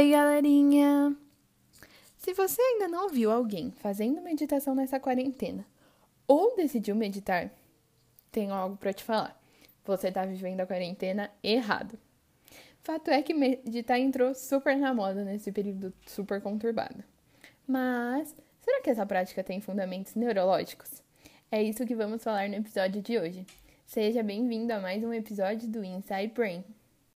Oi, galerinha! Se você ainda não viu alguém fazendo meditação nessa quarentena ou decidiu meditar, tenho algo para te falar. Você tá vivendo a quarentena errado. Fato é que meditar entrou super na moda nesse período super conturbado. Mas, será que essa prática tem fundamentos neurológicos? É isso que vamos falar no episódio de hoje. Seja bem-vindo a mais um episódio do Inside Brain.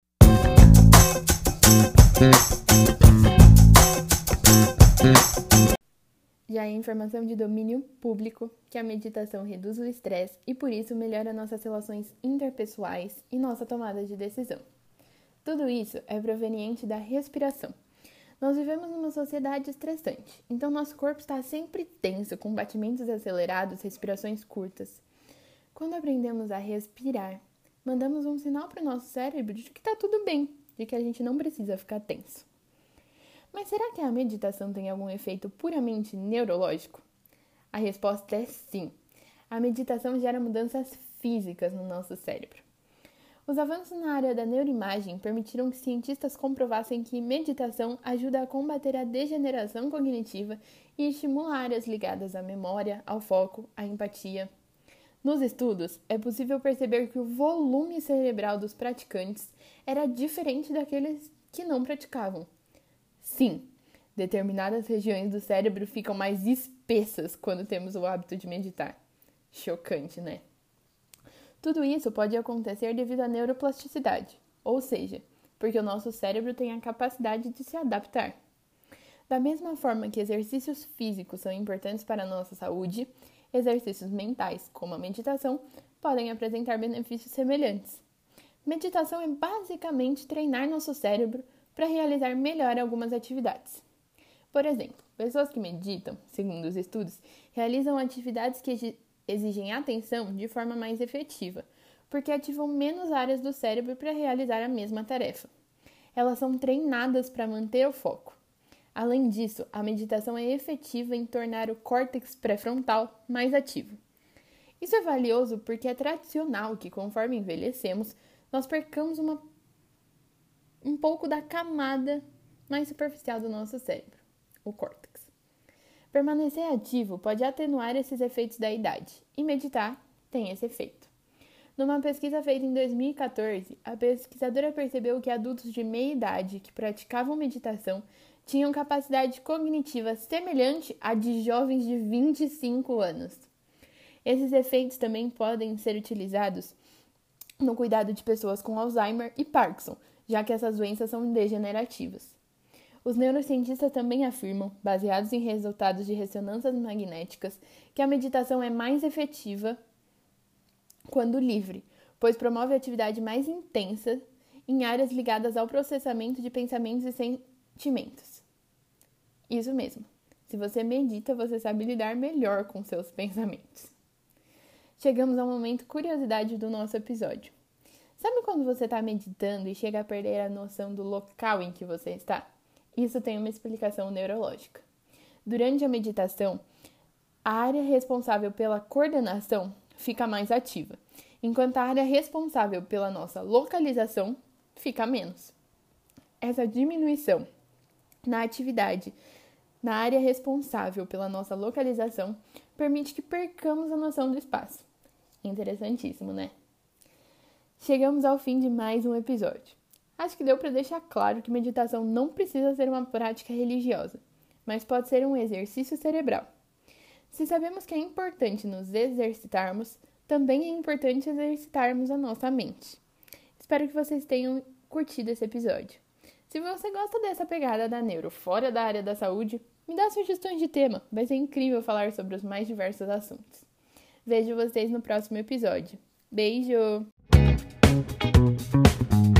Já é informação de domínio público que a meditação reduz o estresse e, por isso, melhora nossas relações interpessoais e nossa tomada de decisão. Tudo isso é proveniente da respiração. Nós vivemos numa sociedade estressante, então nosso corpo está sempre tenso, com batimentos acelerados, respirações curtas. Quando aprendemos a respirar, mandamos um sinal para o nosso cérebro de que está tudo bem, de que a gente não precisa ficar tenso. Mas será que a meditação tem algum efeito puramente neurológico? A resposta é sim. A meditação gera mudanças físicas no nosso cérebro. Os avanços na área da neuroimagem permitiram que cientistas comprovassem que meditação ajuda a combater a degeneração cognitiva e estimula áreas ligadas à memória, ao foco, à empatia. Nos estudos, é possível perceber que o volume cerebral dos praticantes era diferente daqueles que não praticavam. Sim, determinadas regiões do cérebro ficam mais espessas quando temos o hábito de meditar. Chocante, né? Tudo isso pode acontecer devido à neuroplasticidade, ou seja, porque o nosso cérebro tem a capacidade de se adaptar. Da mesma forma que exercícios físicos são importantes para a nossa saúde, exercícios mentais, como a meditação, podem apresentar benefícios semelhantes. Meditação é basicamente treinar nosso cérebro para realizar melhor algumas atividades. Por exemplo, pessoas que meditam, segundo os estudos, realizam atividades que exigem atenção de forma mais efetiva, porque ativam menos áreas do cérebro para realizar a mesma tarefa. Elas são treinadas para manter o foco. Além disso, a meditação é efetiva em tornar o córtex pré-frontal mais ativo. Isso é valioso porque é tradicional que, conforme envelhecemos, nós percamos um pouco da camada mais superficial do nosso cérebro, o córtex. Permanecer ativo pode atenuar esses efeitos da idade, e meditar tem esse efeito. Numa pesquisa feita em 2014, a pesquisadora percebeu que adultos de meia idade que praticavam meditação tinham capacidade cognitiva semelhante à de jovens de 25 anos. Esses efeitos também podem ser utilizados no cuidado de pessoas com Alzheimer e Parkinson, já que essas doenças são degenerativas. Os neurocientistas também afirmam, baseados em resultados de ressonâncias magnéticas, que a meditação é mais efetiva quando livre, pois promove atividade mais intensa em áreas ligadas ao processamento de pensamentos e sentimentos. Isso mesmo. Se você medita, você sabe lidar melhor com seus pensamentos. Chegamos ao momento curiosidade do nosso episódio. Sabe quando você está meditando e chega a perder a noção do local em que você está? Isso tem uma explicação neurológica. Durante a meditação, a área responsável pela coordenação fica mais ativa, enquanto a área responsável pela nossa localização fica menos. Essa diminuição na atividade na área responsável pela nossa localização permite que percamos a noção do espaço. Interessantíssimo, né? Chegamos ao fim de mais um episódio. Acho que deu para deixar claro que meditação não precisa ser uma prática religiosa, mas pode ser um exercício cerebral. Se sabemos que é importante nos exercitarmos, também é importante exercitarmos a nossa mente. Espero que vocês tenham curtido esse episódio. Se você gosta dessa pegada da neuro fora da área da saúde, me dá sugestões de tema, vai ser incrível falar sobre os mais diversos assuntos. Vejo vocês no próximo episódio. Beijo!